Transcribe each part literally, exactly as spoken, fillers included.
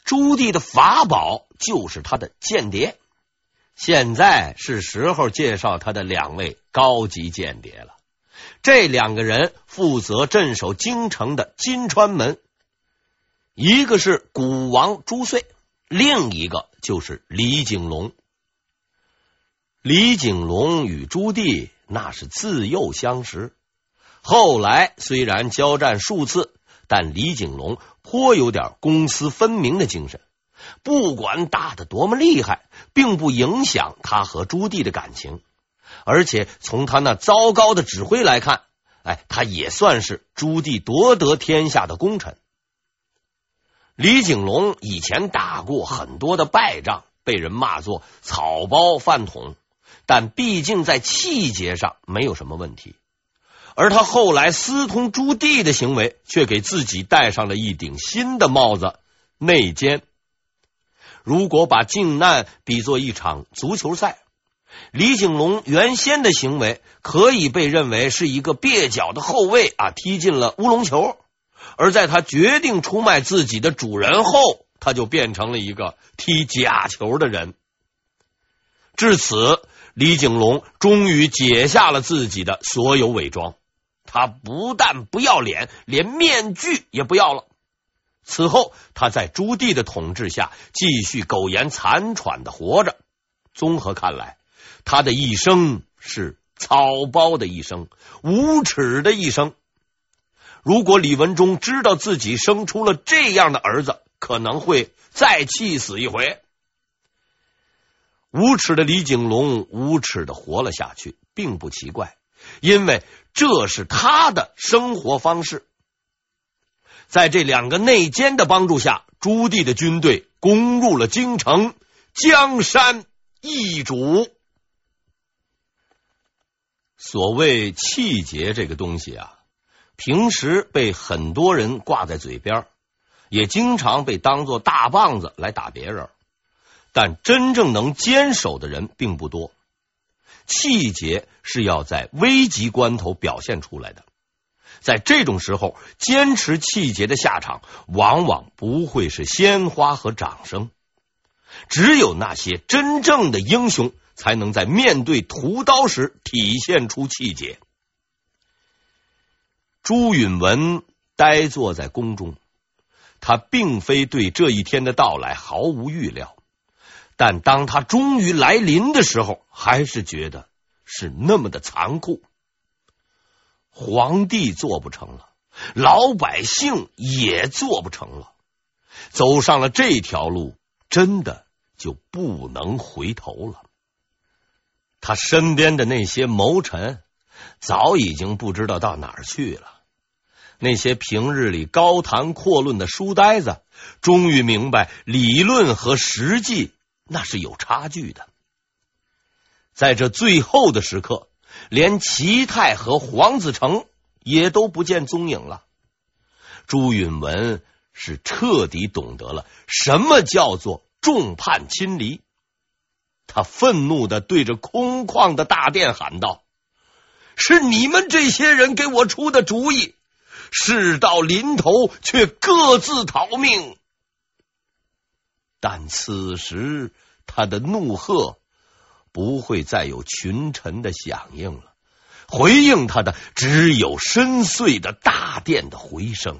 朱棣的法宝就是他的间谍。现在是时候介绍他的两位高级间谍了。这两个人负责镇守京城的金川门，一个是古王朱遂，另一个就是李景龙。李景龙与朱棣那是自幼相识，后来虽然交战数次，但李景龙颇有点公私分明的精神，不管打得多么厉害，并不影响他和朱棣的感情。而且从他那糟糕的指挥来看，哎，他也算是朱棣夺得天下的功臣。李景龙以前打过很多的败仗，被人骂作草包饭桶，但毕竟在气节上没有什么问题。而他后来私通朱棣的行为，却给自己戴上了一顶新的帽子——内奸。如果把靖难比作一场足球赛，李景龙原先的行为可以被认为是一个蹩脚的后卫啊，踢进了乌龙球。而在他决定出卖自己的主人后，他就变成了一个踢假球的人。至此，李景龙终于解下了自己的所有伪装，他不但不要脸，连面具也不要了。此后，他在朱棣的统治下继续苟延残喘的活着。综合看来，他的一生是草包的一生，无耻的一生。如果李文忠知道自己生出了这样的儿子，可能会再气死一回。无耻的李景龙无耻的活了下去，并不奇怪，因为这是他的生活方式。在这两个内奸的帮助下，朱棣的军队攻入了京城，江山易主。所谓气节这个东西啊，平时被很多人挂在嘴边，也经常被当作大棒子来打别人，但真正能坚守的人并不多。气节是要在危急关头表现出来的，在这种时候，坚持气节的下场往往不会是鲜花和掌声。只有那些真正的英雄，才能在面对屠刀时体现出气节。朱允文呆坐在宫中，他并非对这一天的到来毫无预料，但当他终于来临的时候，还是觉得是那么的残酷。皇帝做不成了，老百姓也做不成了，走上了这条路，真的就不能回头了。他身边的那些谋臣早已经不知道到哪儿去了，那些平日里高谈阔论的书呆子终于明白理论和实际那是有差距的。在这最后的时刻，连齐泰和黄子成也都不见踪影了。朱允文是彻底懂得了什么叫做众叛亲离，他愤怒地对着空旷的大殿喊道：是你们这些人给我出的主意，事到临头却各自逃命。但此时他的怒喝不会再有群臣的响应了，回应他的只有深邃的大殿的回声。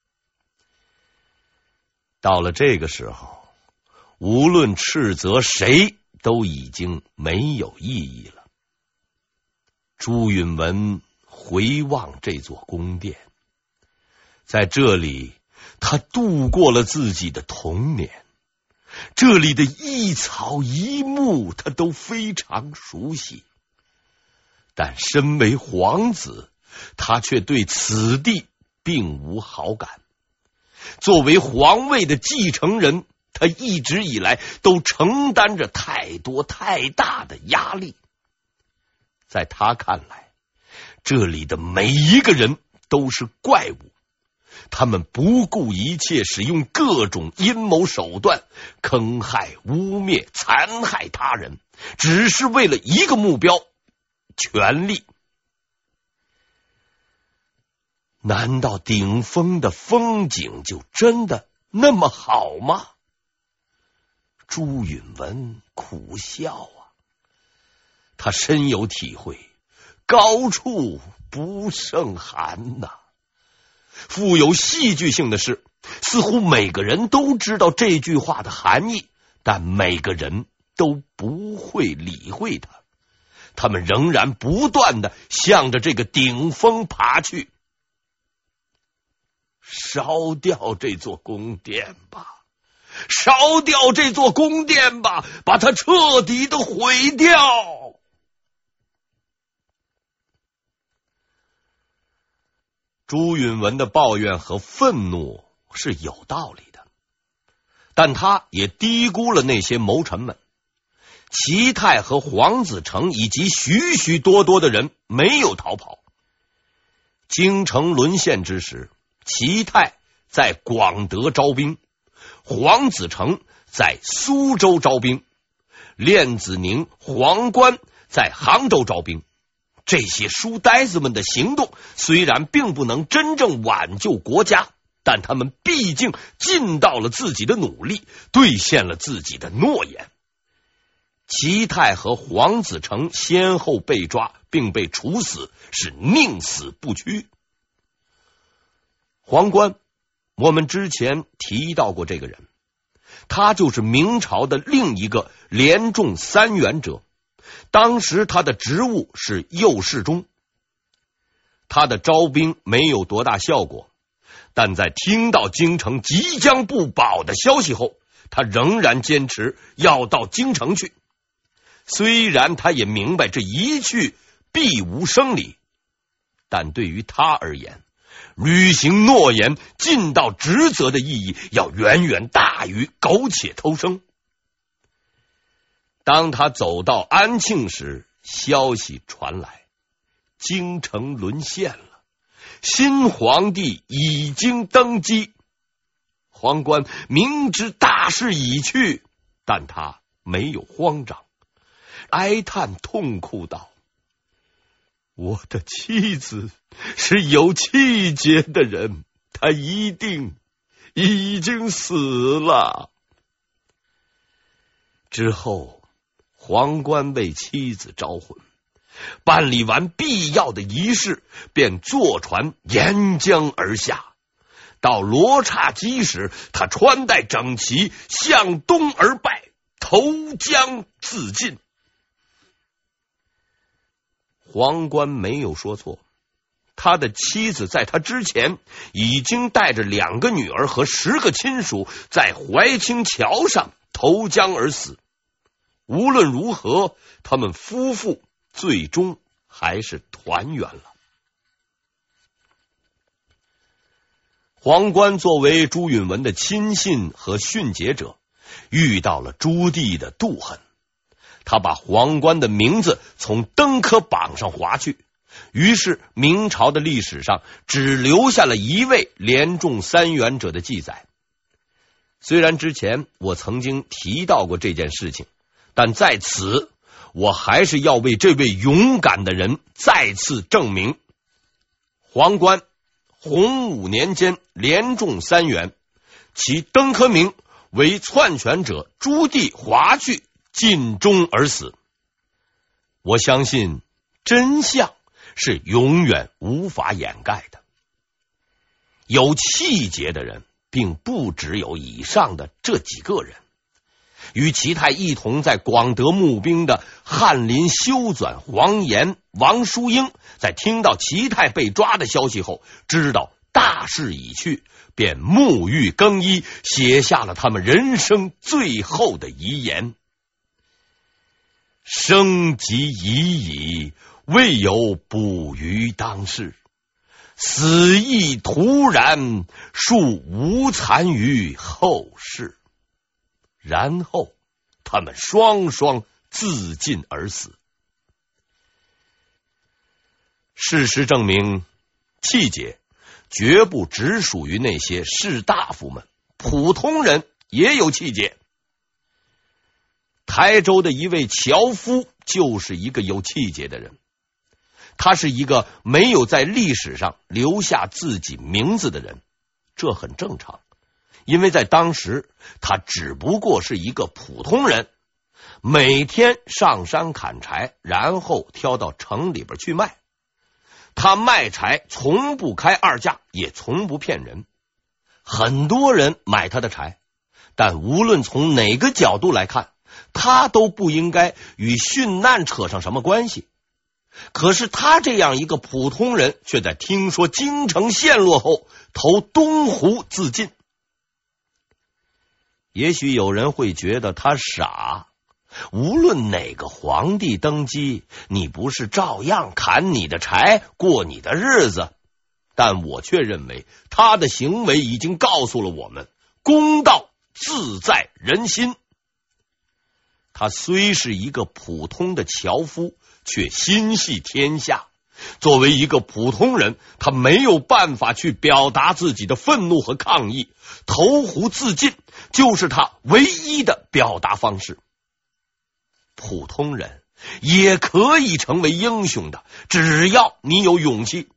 到了这个时候，无论斥责谁都已经没有意义了。朱允文回望这座宫殿，在这里他度过了自己的童年，这里的一草一木他都非常熟悉，但身为皇子，他却对此地并无好感。作为皇位的继承人，他一直以来都承担着太多太大的压力。在他看来，这里的每一个人都是怪物，他们不顾一切，使用各种阴谋手段，坑害、污蔑、残害他人，只是为了一个目标——权力。难道顶峰的风景就真的那么好吗？ 朱允文苦笑啊，他深有体会，高处不胜寒呐。富有戏剧性的是，似乎每个人都知道这句话的含义，但每个人都不会理会它，他们仍然不断的向着这个顶峰爬去。烧掉这座宫殿吧，烧掉这座宫殿吧，把它彻底的毁掉。朱允文的抱怨和愤怒是有道理的，但他也低估了那些谋臣们。齐泰和黄子成以及许许多多的人没有逃跑。京城沦陷之时，齐泰在广德招兵，黄子成在苏州招兵，练子宁、黄观在杭州招兵。这些书呆子们的行动虽然并不能真正挽救国家，但他们毕竟尽到了自己的努力，兑现了自己的诺言。齐泰和黄子成先后被抓并被处死，是宁死不屈。黄观，我们之前提到过这个人，他就是明朝的另一个连中三元者，当时他的职务是右侍中。他的招兵没有多大效果，但在听到京城即将不保的消息后，他仍然坚持要到京城去。虽然他也明白这一去必无生理，但对于他而言，履行诺言、尽到职责的意义要远远大于苟且偷生。当他走到安庆时，消息传来，京城沦陷了，新皇帝已经登基。黄观明知大势已去，但他没有慌张，哀叹痛哭道：我的妻子是有气节的人，她一定已经死了。之后黄观为妻子招魂，办理完必要的仪式，便坐船沿江而下。到罗刹矶时，他穿戴整齐，向东而拜，投江自尽。黄观没有说错，他的妻子在他之前已经带着两个女儿和十个亲属在怀清桥上投江而死。无论如何，他们夫妇最终还是团圆了。黄观作为朱允文的亲信和训诫者，遇到了朱棣的妒恨，他把黄观的名字从登科榜上划去，于是明朝的历史上只留下了一位连中三元者的记载。虽然之前我曾经提到过这件事情，但在此我还是要为这位勇敢的人再次证明。黄观洪武年间连中三元，其登科名为篡权者朱棣划去，尽忠而死。我相信真相是永远无法掩盖的。有气节的人并不只有以上的这几个人。与齐泰一同在广德募兵的翰林修纂黄岩、王叔英，在听到齐泰被抓的消息后，知道大势已去，便沐浴更衣，写下了他们人生最后的遗言：生及已矣，未有补于当世；死亦突然，庶无残于后世。然后他们双双自尽而死。事实证明，气节绝不只属于那些士大夫们，普通人也有气节。台州的一位樵夫就是一个有气节的人，他是一个没有在历史上留下自己名字的人，这很正常， 因为在当时他只不过是一个普通人，每天上山砍柴，然后挑到城里边去卖。他卖柴从不开二价，也从不骗人。很多人买他的柴，但无论从哪个角度来看，他都不应该与殉难扯上什么关系。可是他这样一个普通人，却在听说京城陷落后投东湖自尽。也许有人会觉得他傻，无论哪个皇帝登基，你不是照样砍你的柴，过你的日子？但我却认为他的行为已经告诉了我们，公道自在人心。他虽是一个普通的樵夫，却心系天下。作为一个普通人，他没有办法去表达自己的愤怒和抗议，投湖自尽就是他唯一的表达方式。普通人也可以成为英雄的，只要你有勇气。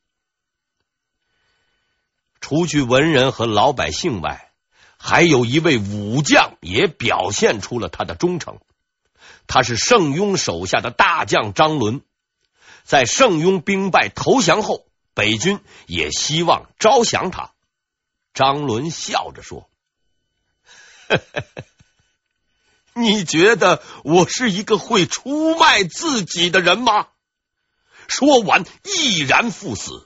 除去文人和老百姓外，还有一位武将也表现出了他的忠诚。他是盛庸手下的大将张伦。在盛庸兵败投降后，北军也希望招降他。张伦笑着说：呵呵呵，你觉得我是一个会出卖自己的人吗？说完毅然赴死。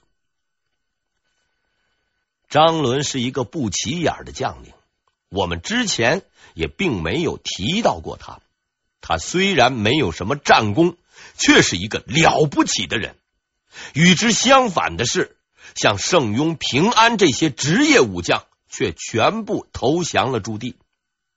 张伦是一个不起眼的将领，我们之前也并没有提到过他。他虽然没有什么战功，却是一个了不起的人。与之相反的是，像盛庸、平安这些职业武将却全部投降了朱棣。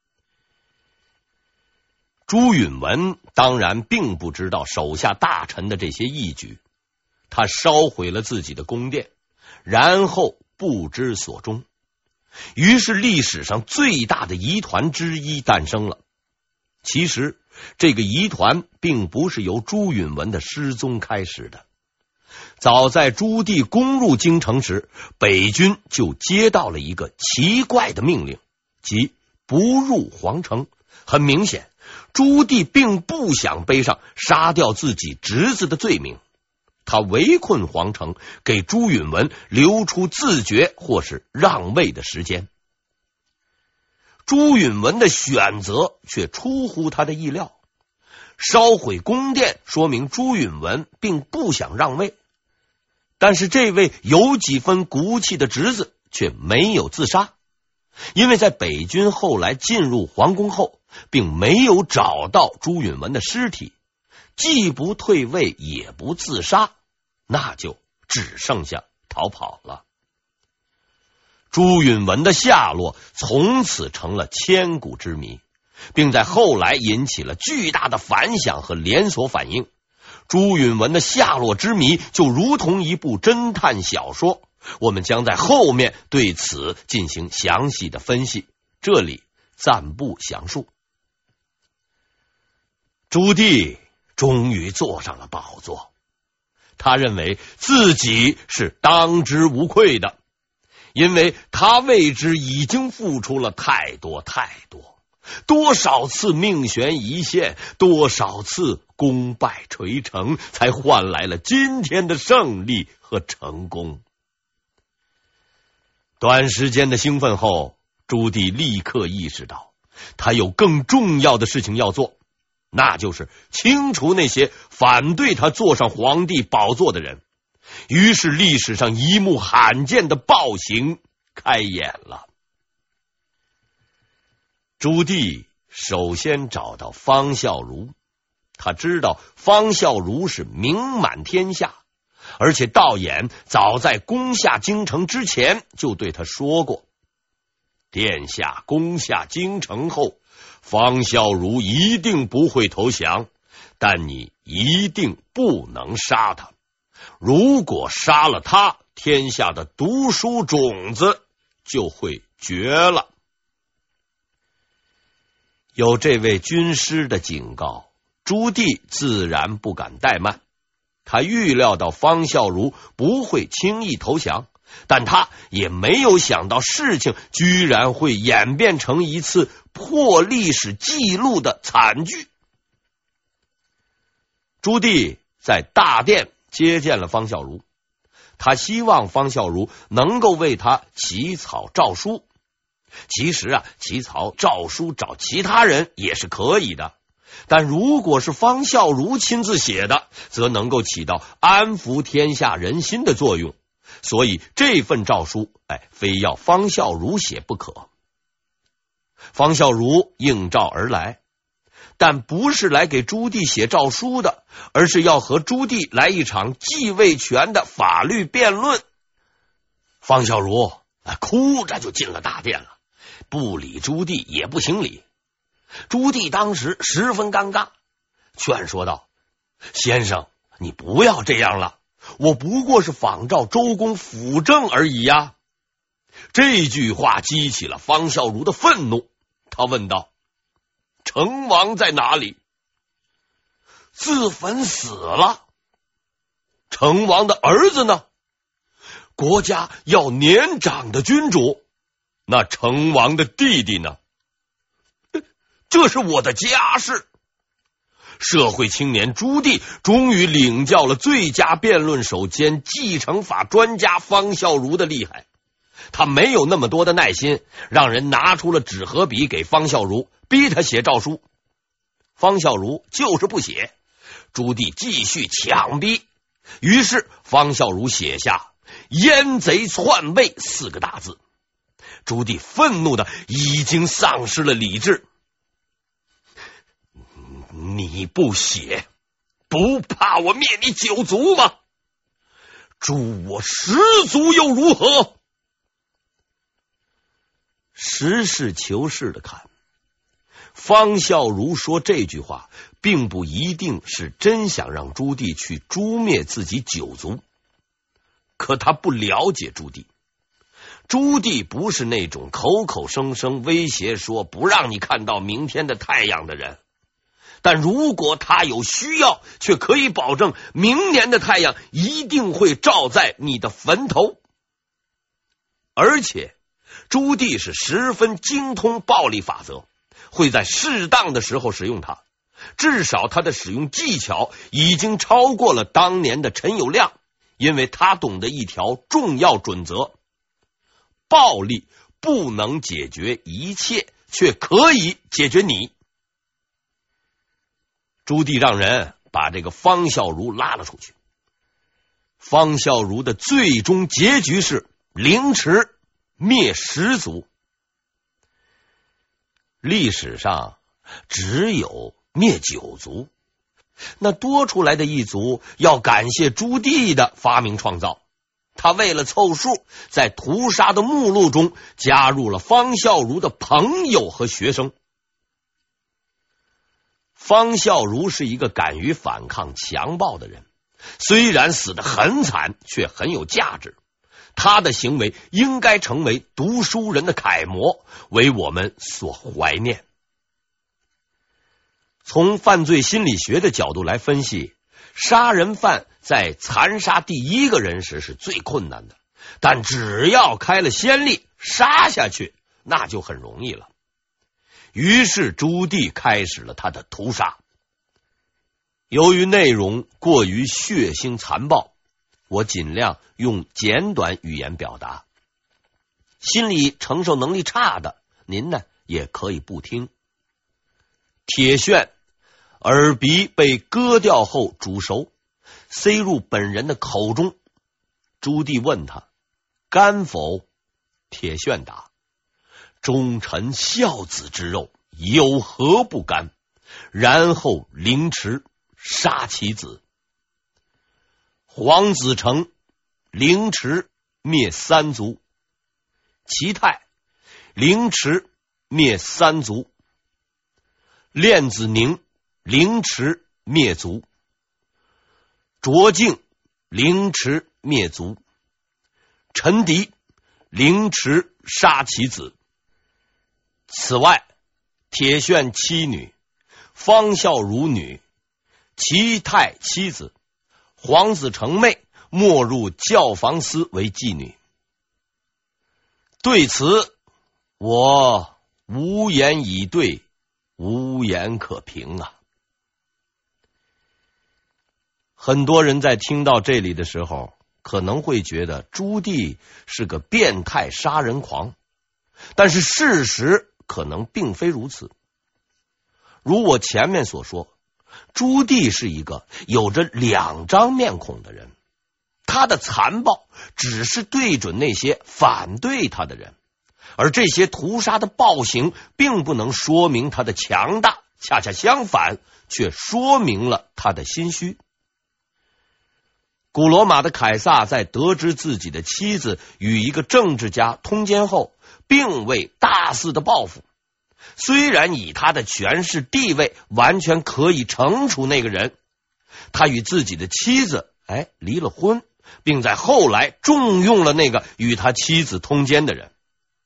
朱允文当然并不知道手下大臣的这些义举，他烧毁了自己的宫殿，然后不知所终。于是历史上最大的疑团之一诞生了。其实这个疑团并不是由朱允文的失踪开始的。早在朱棣攻入京城时，北军就接到了一个奇怪的命令，即不入皇城。很明显，朱棣并不想背上杀掉自己侄子的罪名，他围困皇城，给朱允文留出自决或是让位的时间。朱允文的选择却出乎他的意料，烧毁宫殿说明朱允文并不想让位，但是这位有几分骨气的侄子却没有自杀，因为在北军后来进入皇宫后，并没有找到朱允文的尸体，既不退位也不自杀，那就只剩下逃跑了。朱允文的下落从此成了千古之谜，并在后来引起了巨大的反响和连锁反应。朱允文的下落之谜就如同一部侦探小说，我们将在后面对此进行详细的分析，这里暂不详述。朱棣终于坐上了宝座，他认为自己是当之无愧的，因为他为之已经付出了太多太多，多少次命悬一线，多少次功败垂成，才换来了今天的胜利和成功。短时间的兴奋后，朱棣立刻意识到他有更重要的事情要做，那就是清除那些反对他坐上皇帝宝座的人。于是历史上一幕罕见的暴行开演了。朱棣首先找到方孝孺，他知道方孝孺是名满天下，而且道衍早在攻下京城之前就对他说过，殿下攻下京城后，方孝孺一定不会投降，但你一定不能杀他。如果杀了他，天下的读书种子就会绝了。有这位军师的警告，朱棣自然不敢怠慢。他预料到方孝孺不会轻易投降， 但他也没有想到事情居然会演变成一次破历史记录的惨剧。朱棣在大殿接见了方孝孺，他希望方孝孺能够为他起草诏书。其实啊，起草诏书找其他人也是可以的，但如果是方孝孺亲自写的，则能够起到安抚天下人心的作用。所以这份诏书，哎，非要方孝孺写不可。方孝孺应召而来，但不是来给朱棣写诏书的，而是要和朱棣来一场继位权的法律辩论。方孝孺哎哭着就进了大殿了，不理朱棣，也不行礼。朱棣当时十分尴尬，劝说道：“先生，你不要这样了，我不过是仿照周公辅政而已呀。”这句话激起了方孝孺的愤怒，他问道：“成王在哪里？”“自焚死了。”“成王的儿子呢？”“国家要年长的君主。”“那成王的弟弟呢？”“这是我的家事。”社会青年朱棣终于领教了最佳辩论手兼继承法专家方孝孺的厉害。他没有那么多的耐心，让人拿出了纸和笔给方孝孺，逼他写诏书。方孝孺就是不写，朱棣继续强逼。于是方孝孺写下“阉贼篡位”四个大字。朱棣愤怒的已经丧失了理智。“你不写，不怕我灭你九族吗？诛我十族又如何？”实事求是的看，方孝孺说这句话并不一定是真想让朱棣去诛灭自己九族，可他不了解朱棣。朱棣不是那种口口声声威胁说不让你看到明天的太阳的人，但如果他有需要，却可以保证明年的太阳一定会照在你的坟头。而且朱棣是十分精通暴力法则，会在适当的时候使用它，至少他的使用技巧已经超过了当年的陈友谅，因为他懂得一条重要准则：暴力不能解决一切，却可以解决你。朱棣让人把这个方孝孺拉了出去。方孝孺的最终结局是凌迟灭十族。历史上只有灭九族，那多出来的一族要感谢朱棣的发明创造。他为了凑数，在屠杀的目录中加入了方孝孺的朋友和学生。方孝孺是一个敢于反抗强暴的人，虽然死得很惨，却很有价值。他的行为应该成为读书人的楷模，为我们所怀念。从犯罪心理学的角度来分析，杀人犯在残杀第一个人时是最困难的，但只要开了先例，杀下去那就很容易了。于是朱棣开始了他的屠杀。由于内容过于血腥残暴，我尽量用简短语言表达，心理承受能力差的您呢也可以不听。铁铉耳鼻被割掉后煮熟，塞入本人的口中。朱棣问他甘否？铁铉答：忠臣孝子之肉，有何不甘？然后凌迟，杀其子。黄子成凌迟灭三族，齐泰凌迟灭三族，练子宁凌迟灭族，卓敬凌迟灭族，陈迪凌迟杀其子。此外，铁铉妻女，方孝孺女，齐泰妻子，黄子成妹没入教坊司为妓女， 对此，我无言以对，无言可评啊。很多人在听到这里的时候，可能会觉得朱棣是个变态杀人狂，但是事实可能并非如此。如我前面所说，朱棣是一个有着两张面孔的人，他的残暴只是对准那些反对他的人，而这些屠杀的暴行并不能说明他的强大，恰恰相反，却说明了他的心虚。古罗马的凯撒在得知自己的妻子与一个政治家通奸后，并未大肆的报复。虽然以他的权势地位完全可以惩处那个人，他与自己的妻子哎离了婚，并在后来重用了那个与他妻子通奸的人。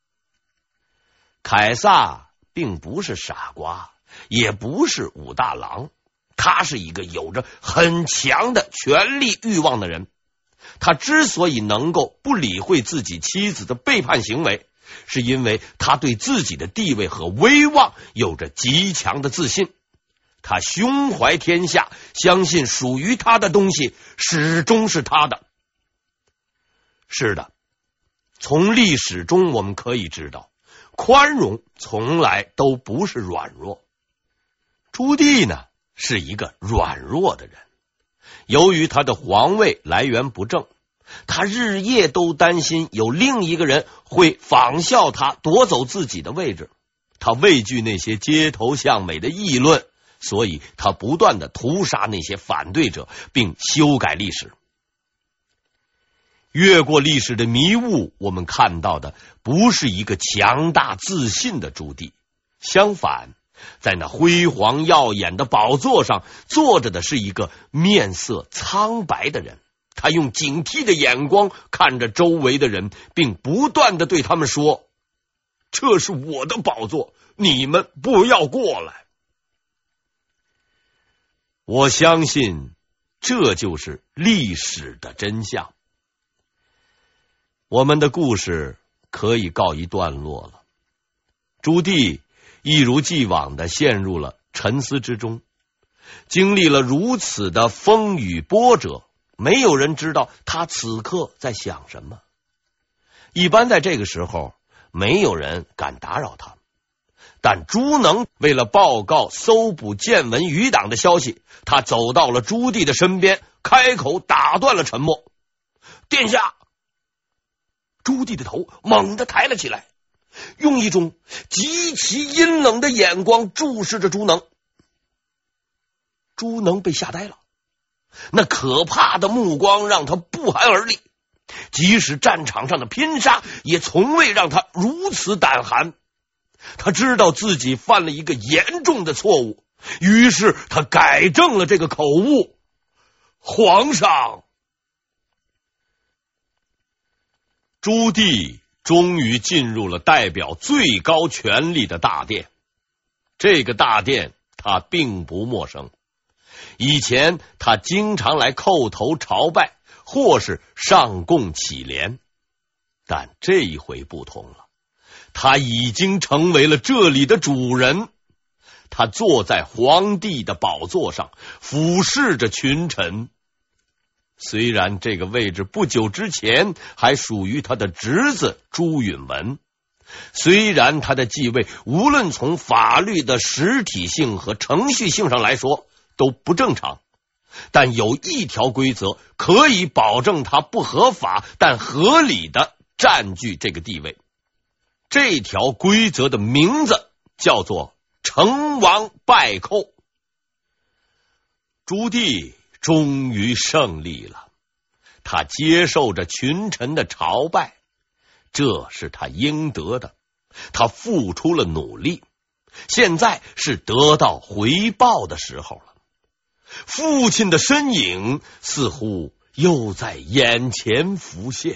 凯撒并不是傻瓜，也不是武大郎，他是一个有着很强的权力欲望的人。他之所以能够不理会自己妻子的背叛行为，是因为他对自己的地位和威望有着极强的自信。他胸怀天下，相信属于他的东西始终是他的。是的，从历史中我们可以知道，宽容从来都不是软弱。朱棣呢，是一个软弱的人。由于他的皇位来源不正，他日夜都担心有另一个人会仿效他夺走自己的位置。他畏惧那些街头巷尾的议论，所以他不断的屠杀那些反对者，并修改历史。越过历史的迷雾，我们看到的不是一个强大自信的朱棣，相反，在那辉煌耀眼的宝座上坐着的是一个面色苍白的人。他用警惕的眼光看着周围的人，并不断的对他们说：这是我的宝座，你们不要过来。我相信这就是历史的真相。我们的故事可以告一段落了。朱棣一如既往的陷入了沉思之中，经历了如此的风雨波折，没有人知道他此刻在想什么。一般在这个时候，没有人敢打扰他。但朱能为了报告搜捕建文余党的消息，他走到了朱棣的身边，开口打断了沉默。殿下！朱棣的头猛地抬了起来，用一种极其阴冷的眼光注视着朱能。朱能被吓呆了，那可怕的目光让他不寒而栗，即使战场上的拼杀也从未让他如此胆寒。他知道自己犯了一个严重的错误，于是他改正了这个口误。皇上！朱棣终于进入了代表最高权力的大殿。这个大殿他并不陌生，以前他经常来叩头朝拜，或是上供乞怜。但这一回不同了，他已经成为了这里的主人。他坐在皇帝的宝座上，俯视着群臣。虽然这个位置不久之前还属于他的侄子朱允文，虽然他的继位无论从法律的实体性和程序性上来说都不正常，但有一条规则可以保证他不合法但合理的占据这个地位。这条规则的名字叫做成王败寇。朱棣终于胜利了，他接受着群臣的朝拜，这是他应得的。他付出了努力，现在是得到回报的时候了。父亲的身影似乎又在眼前浮现。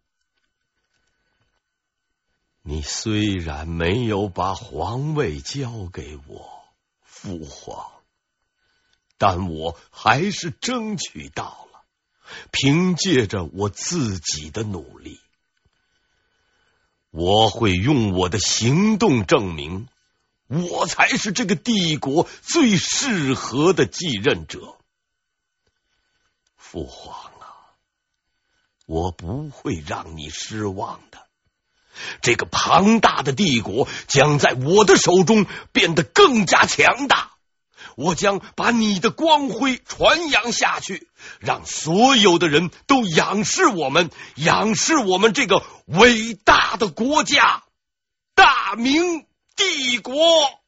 你虽然没有把皇位交给我，父皇，但我还是争取到了，凭借着我自己的努力。 我会用我的行动证明，我才是这个帝国最适合的继任者。父皇啊，我不会让你失望的。这个庞大的帝国将在我的手中变得更加强大，我将把你的光辉传扬下去，让所有的人都仰视我们，仰视我们这个伟大的国家——大明帝国。